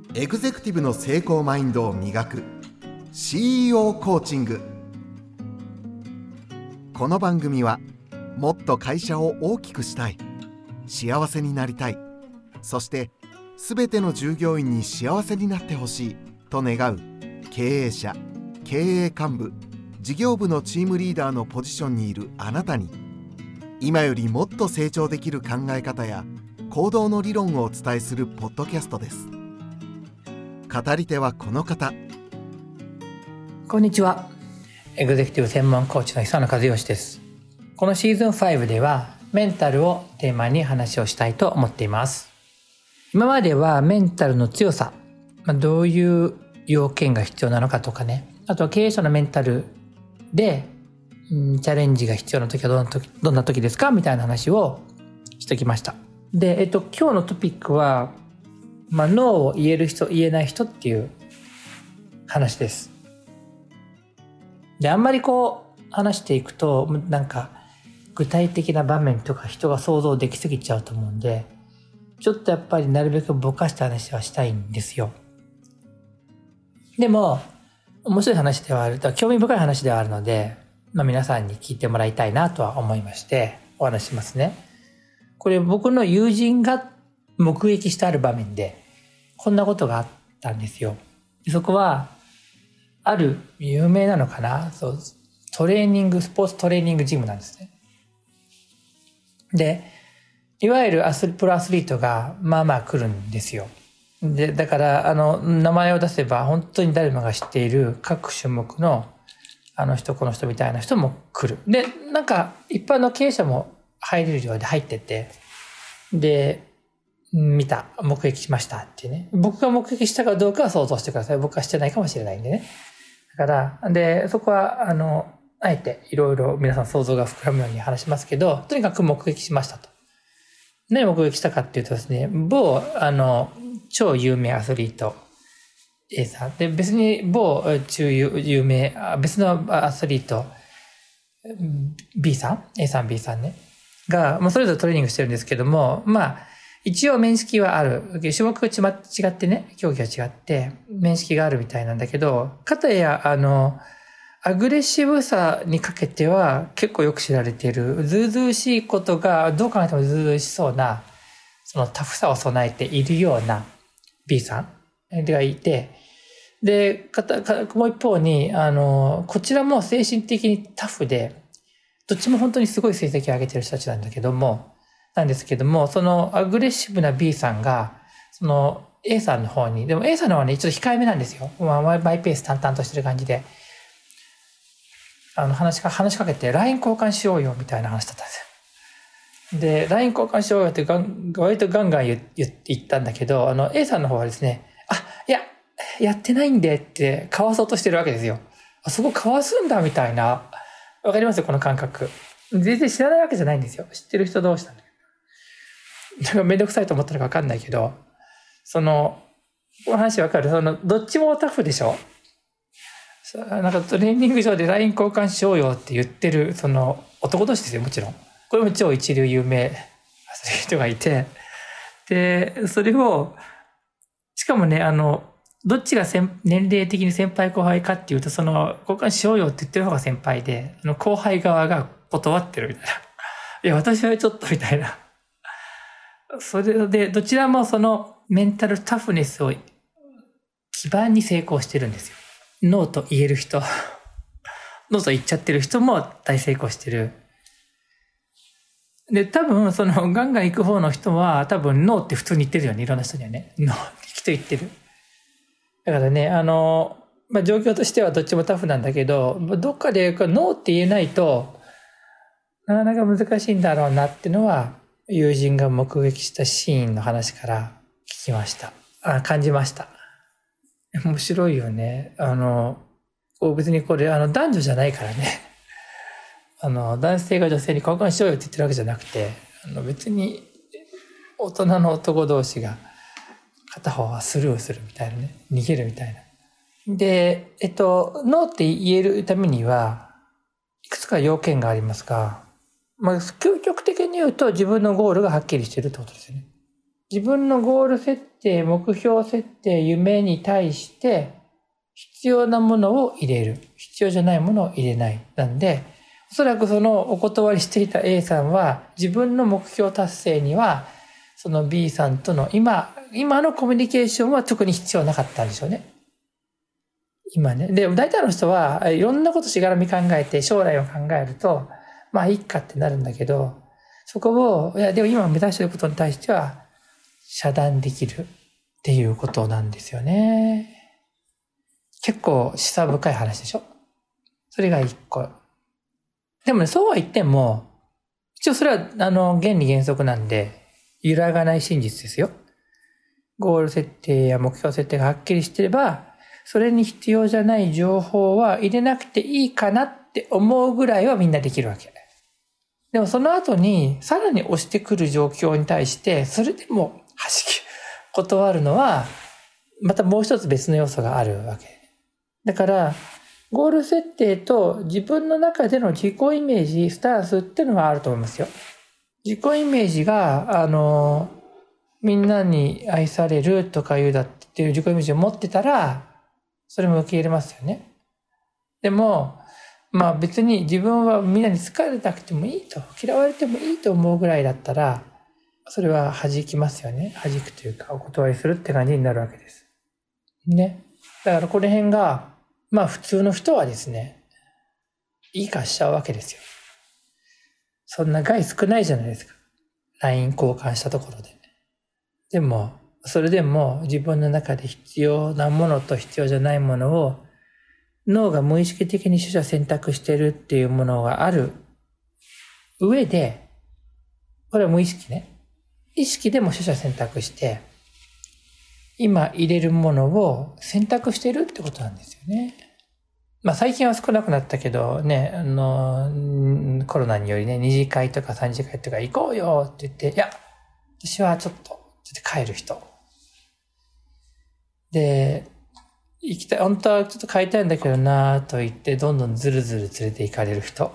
エグゼクティブの成功マインドを磨く CEO コーチング。この番組はもっと会社を大きくしたい、幸せになりたい、そして全ての従業員に幸せになってほしいと願う経営者、経営幹部、事業部のチームリーダーのポジションにいるあなたに、今よりもっと成長できる考え方や行動の理論をお伝えするポッドキャストです。語り手はこの方。 こんにちは。エグゼクティブ専門コーチの久野和義です。このシーズン5ではメンタルをテーマに話をしたいと思っています。今まではメンタルの強さ、どういう要件が必要なのかとかね、あとは経営者のメンタルでチャレンジが必要な時はどんな時ですかみたいな話をしてきました。で、今日のトピックは、ノーを言える人、言えない人っていう話です。で、あんまり話していくと、具体的な場面とか人が想像できすぎちゃうと思うんで、ちょっとやっぱりなるべくぼかした話はしたいんですよ。でも、面白い話ではある、興味深い話ではあるので、皆さんに聞いてもらいたいなとは思いましてお話しますね。これ僕の友人が目撃してある場面でこんなことがあったんですよ。そこはある有名なのかな、スポーツトレーニングジムなんですね。で、いわゆるプロアスリートが来るんですよ。で、だから名前を出せば本当に誰もが知っている各種目のあの人この人みたいな人も来る。で、一般の経営者も入れるようで入ってて、で、目撃しましたっていうね。僕が目撃したかどうかは想像してください。僕はしてないかもしれないんでね。だから、で、そこはあえていろいろ皆さん想像が膨らむように話しますけど、とにかく目撃しましたと。何を目撃したかっていうとですね、某超有名アスリートA さんで、別に某有名別のアスリート B さん A さん B さんねが、それぞれトレーニングしてるんですけども、一応面識はある。種目が違ってね、競技が違って面識があるみたいなんだけど、かたやアグレッシブさにかけては結構よく知られている、ずうずうしいことがどう考えてもずうずうしそうな、そのタフさを備えているような B さんがいて、で、もう一方に、こちらも精神的にタフで、どっちも本当にすごい成績を上げてる人たちなんですけども、そのアグレッシブな B さんが、その A さんの方に、でも A さんの方はね、ちょっと控えめなんですよ。マイペース淡々としてる感じで、話しかけて LINE 交換しようよみたいな話だったんですよ。で、LINE 交換しようよって割とガンガン言ったんだけど、A さんの方はですね、いや、やってないんでって交わそうとしてるわけですよ。そこ交わすんだみたいな。わかりますよ、この感覚。全然知らないわけじゃないんですよ。知ってる人同士なんだけど。めんどくさいと思ったのかわかんないけど、この話わかる？どっちもタフでしょ？トレーニング上で LINE 交換しようよって言ってる、男同士ですよ、もちろん。これも超一流有名アスリートがいて、で、それを、しかもね、どっちが年齢的に先輩後輩かっていうと、交換しようよって言ってる方が先輩で、後輩側が断ってるみたいな。いや、私はちょっとみたいな。それで、どちらもメンタルタフネスを基盤に成功してるんですよ。ノーと言える人、ノーと言っちゃってる人も大成功してる。で、多分、ガンガン行く方の人は、多分、ノーって普通に言ってるよね。いろんな人にはね。ノーってきっと言ってる。だからね、状況としてはどっちもタフなんだけど、どっかでノーって言えないと、なかなか難しいんだろうなっていうのは、友人が目撃したシーンの話から聞きました。感じました。面白いよね。別にこれ、男女じゃないからね。男性が女性に交換しようよって言ってるわけじゃなくて、別に大人の男同士が片方はスルーするみたいなね、逃げるみたいな。で、ノーって言えるためにはいくつか要件がありますが、究極的に言うと自分のゴールがはっきりしてるってことですよね。 自分のゴール設定、目標設定、夢に対して必要なものを入れる。必要じゃないものを入れない。なんで、おそらくそのお断りしていた A さんは自分の目標達成にはその B さんとの今のコミュニケーションは特に必要なかったんでしょうね。今ね。で、大体の人はいろんなことしがらみ考えて将来を考えると、まあいいかってなるんだけど、そこを、でも今目指していることに対しては遮断できるっていうことなんですよね。結構示唆深い話でしょ。それが一個。でもね、そうは言っても、一応それは原理原則なんで、揺らがない真実ですよ。ゴール設定や目標設定がはっきりしてれば、それに必要じゃない情報は入れなくていいかなって思うぐらいはみんなできるわけ。でもその後にさらに押してくる状況に対して、それでも断るのは、またもう一つ別の要素があるわけ。だから、ゴール設定と自分の中での自己イメージ、スタンスっていうのがあると思いますよ。自己イメージが、みんなに愛されるとかいうだっていう自己イメージを持ってたら、それも受け入れますよね。でも、まあ別に自分はみんなに好かれなくてもいいと、嫌われてもいいと思うぐらいだったら、それは弾きますよね。弾くというか、お断りするって感じになるわけです。ね。だからこの辺が、まあ普通の人はですね、いいかしちゃうわけですよ。そんな害少ないじゃないですか。LINE 交換したところで。でも、それでも自分の中で必要なものと必要じゃないものを脳が無意識的に取捨選択してるっていうものがある上で、これは無意識ね。意識でも取捨選択して、今入れるものを選択してるってことなんですよね。まあ最近は少なくなったけどね、コロナによりね、2次会とか3次会とか行こうよって言って、いや、私はちょっと帰る人。で、行きたい、本当はちょっと帰りたいんだけどなと言って、どんどんずるずる連れて行かれる人。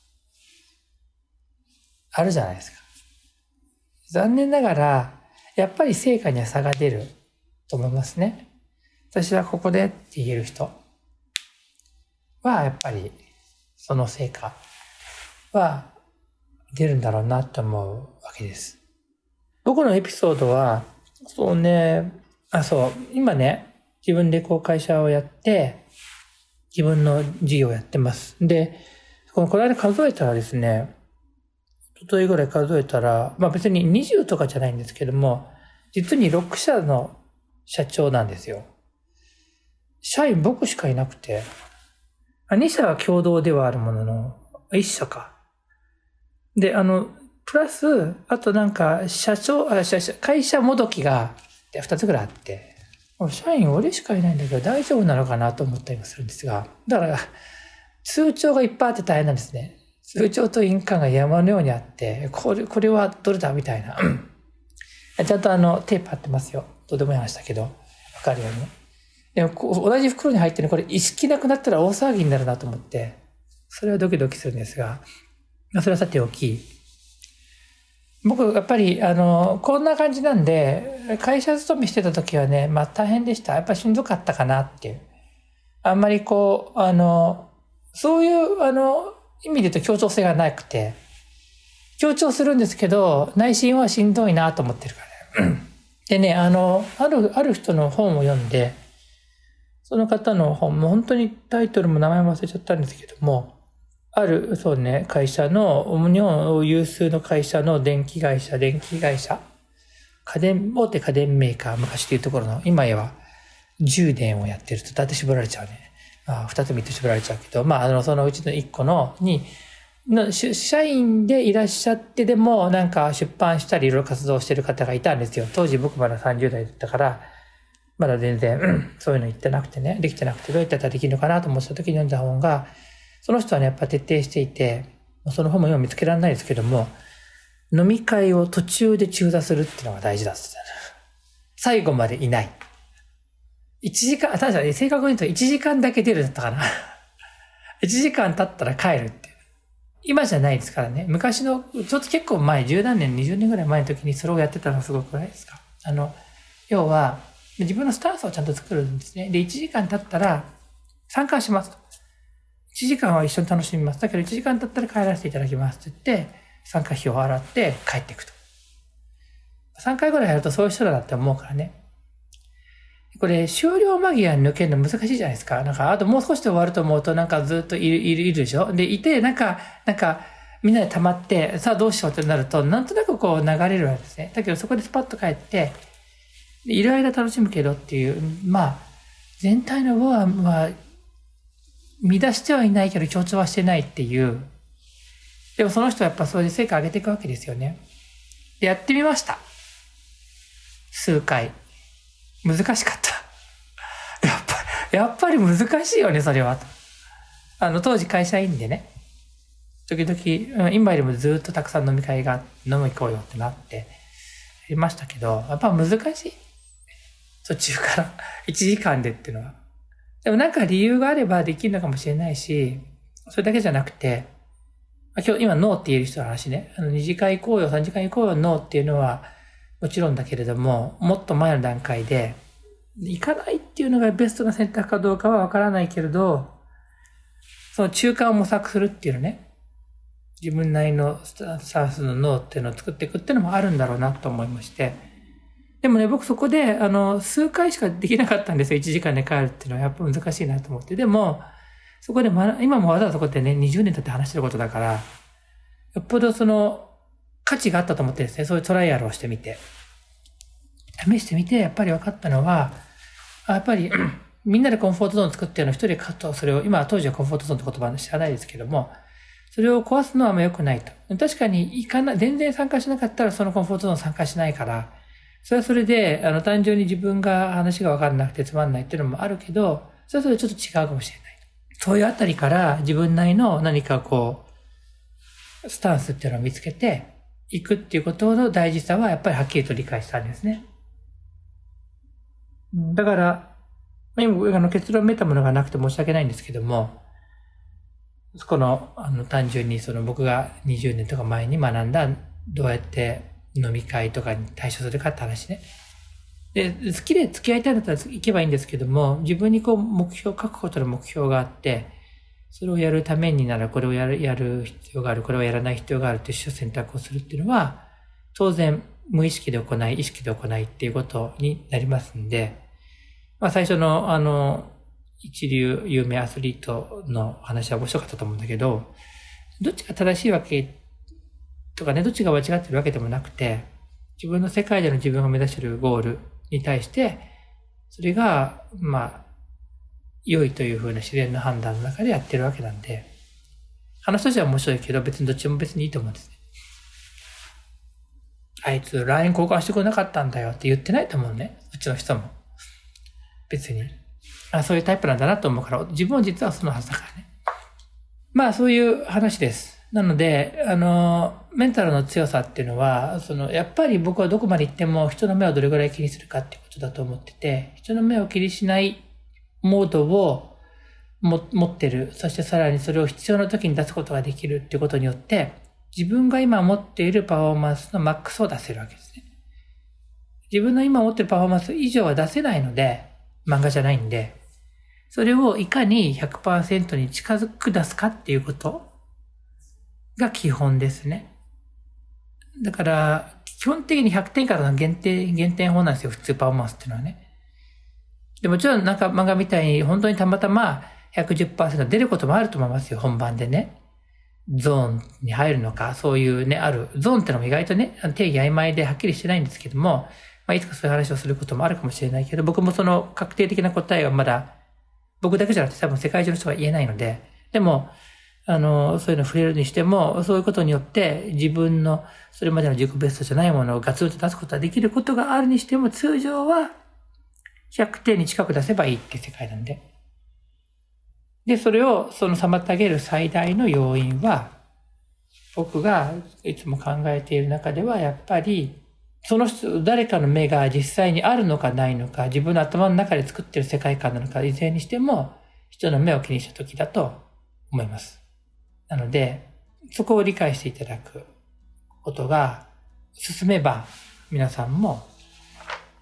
あるじゃないですか。残念ながら、やっぱり成果には差が出ると思いますね。私はここでって言える人は、やっぱりその成果は出るんだろうなと思うわけです。僕のエピソードは、そうね、今ね、自分でこう会社をやって、自分の事業をやってます。で、この間数えたらですね、一昨日ぐらい数えたら、まあ別に20とかじゃないんですけども、実に6社の社長なんですよ。社員僕しかいなくて、2社は共同ではあるものの、1社か。で、プラス、あとなんか、会社もどきが2つぐらいあって、社員俺しかいないんだけど大丈夫なのかなと思ったりもするんですが、だから、通帳がいっぱいあって大変なんですね。通帳と印鑑が山のようにあって、これはどれだみたいな。ちゃんとテープ貼ってますよ。どうでもいい話だけど、わかるようにね。でも同じ袋に入ってるこれ意識なくなったら大騒ぎになるなと思って、それはドキドキするんですが、それはさておき、僕やっぱりこんな感じなんで、会社勤めしてた時はね、まあ大変でした。やっぱりしんどかったかなっていう。あんまりこうそういう意味で言うと協調性がなくて、協調するんですけど内心はしんどいなと思ってるからね。でね、ある人の本を読んで、その方の本も本当にタイトルも名前も忘れちゃったんですけども、ある、そうね、会社の、日本有数の会社の電気会社、大手家電メーカー、昔でいうところの、今やは充電をやってると、だって絞られちゃうね。2つ3つ絞られちゃうけど、そのうちの1個社員でいらっしゃってでも、なんか出版したりいろいろ活動してる方がいたんですよ。当時僕まだ30代だったから、まだ全然、そういうの言ってなくてね、できてなくて、どうやったらできるのかなと思ってた時に読んだ本が、その人はね、やっぱ徹底していて、その本も今見つけられないですけども、飲み会を途中で中座するっていうのが大事だって言ってた。最後までいない。1時間、確かに正確に言うと1時間だけ出るだったかな。1時間経ったら帰るって。今じゃないですからね。昔の、ちょっと結構前、10何年、20年ぐらい前の時にそれをやってたのがすごくないですか。 要は、自分のスタンスをちゃんと作るんですね。で、1時間経ったら参加しますと。1時間は一緒に楽しみます。だけど1時間経ったら帰らせていただきますって言って、参加費を払って帰っていくと。3回ぐらいやるとそういう人だなって思うからね。これ、終了間際に抜けるの難しいじゃないですか。あともう少しで終わると思うと、ずっといるでしょ。で、いて、みんなで溜まって、さあどうしようってなると、なんとなくこう流れるわけですね。だけどそこでスパッと帰って、いる間楽しむけどっていう、全体の輪は、乱してはいないけど強調はしてないっていう。でもその人はやっぱそういう成果上げていくわけですよね。で、やってみました。数回。難しかった。やっぱり難しいよね、それは。当時会社員でね、時々、今よりもずっとたくさん飲み会が飲み行こうよってなって、やりましたけど、やっぱ難しい。途中から1時間でっていうのは。でも理由があればできるのかもしれないし、それだけじゃなくて、今ノーって言える人の話ね、2時間行こうよ、3時間行こうよ、ノーっていうのは、もちろんだけれども、もっと前の段階で、行かないっていうのがベストな選択かどうかはわからないけれど、その中間を模索するっていうのね、自分なりのスタンスのノーっていうのを作っていくっていうのもあるんだろうなと思いまして。でもね、僕そこで、数回しかできなかったんですよ。1時間で帰るっていうのはやっぱ難しいなと思って。でも、そこで今もわざわざそこでね、20年経って話してることだから、よっぽど価値があったと思ってですね、そういうトライアルをしてみて。試してみて、やっぱり分かったのは、やっぱり、みんなでコンフォートゾーンを作ってるの一人でカット、それを、今当時はコンフォートゾーンって言葉知らないですけども、それを壊すのはあんま良くないと。確かに全然参加しなかったらそのコンフォートゾーン参加しないから、それはそれで、単純に自分が話が分からなくてつまんないっていうのもあるけど、それはそれちょっと違うかもしれない。そういうあたりから自分なりの何かスタンスっていうのを見つけていくっていうことの大事さはやっぱりはっきりと理解したんですね。だから、今、結論めたものがなくて申し訳ないんですけども、単純に僕が20年とか前に学んだ、どうやって飲み会とかに対処するかって話ね。で、好きで付き合いたいんだったら行けばいいんですけども、自分に書くことの目標があって、それをやるためにならこれをやる必要がある、これをやらない必要があるという選択をするっていうのは、当然無意識で行い、意識で行いっていうことになりますんで、最初の一流有名アスリートの話は面白かったと思うんだけど、どっちが正しいわけとかね、どっちが間違ってるわけでもなくて、自分の世界での自分が目指しているゴールに対して、それが、良いというふうな自然の判断の中でやってるわけなんで、話としては面白いけど、別にどっちも別にいいと思うんですね。あいつ LINE 交換してくれなかったんだよって言ってないと思うね。うちの人も。別に。そういうタイプなんだなと思うから、自分は実はそのはずだからね。そういう話です。なので、メンタルの強さっていうのは、やっぱり僕はどこまで行っても人の目をどれぐらい気にするかっていうことだと思ってて、人の目を気にしないモードを持ってる。そしてさらにそれを必要な時に出すことができるっていうことによって、自分が今持っているパフォーマンスのマックスを出せるわけですね。自分の今持っているパフォーマンス以上は出せないので、漫画じゃないんで、それをいかに 100% に近づく出すかっていうことが基本ですね。だから、基本的に100点からの減点法なんですよ、普通パフォーマンスっていうのはね。でもちろん漫画みたいに本当にたまたま 110% 出ることもあると思いますよ、本番でね。ゾーンに入るのか、そういうね、ゾーンってのも意外とね、定義曖昧ではっきりしてないんですけども、いつかそういう話をすることもあるかもしれないけど、僕もその確定的な答えはまだ、僕だけじゃなくて多分世界中の人が言えないので、でも、そういうの触れるにしても、そういうことによって自分のそれまでの自己ベストじゃないものをガツンと出すことができることがあるにしても、通常は100点に近く出せばいいって世界なんで。で、それを妨げる最大の要因は、僕がいつも考えている中では、やっぱり、その人、誰かの目が実際にあるのかないのか、自分の頭の中で作っている世界観なのか、いずれにしても、人の目を気にしたときだと思います。なので、そこを理解していただくことが進めば、皆さんも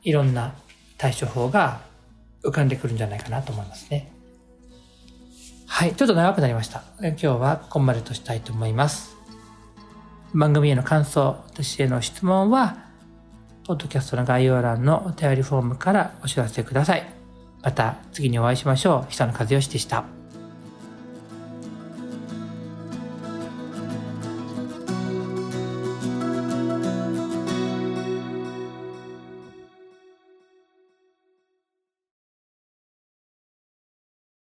いろんな対処法が浮かんでくるんじゃないかなと思いますね。はい、ちょっと長くなりました。今日はここまでとしたいと思います。番組への感想、私への質問はポッドキャストの概要欄のお便りフォームからお知らせください。また次にお会いしましょう。久野和義でした。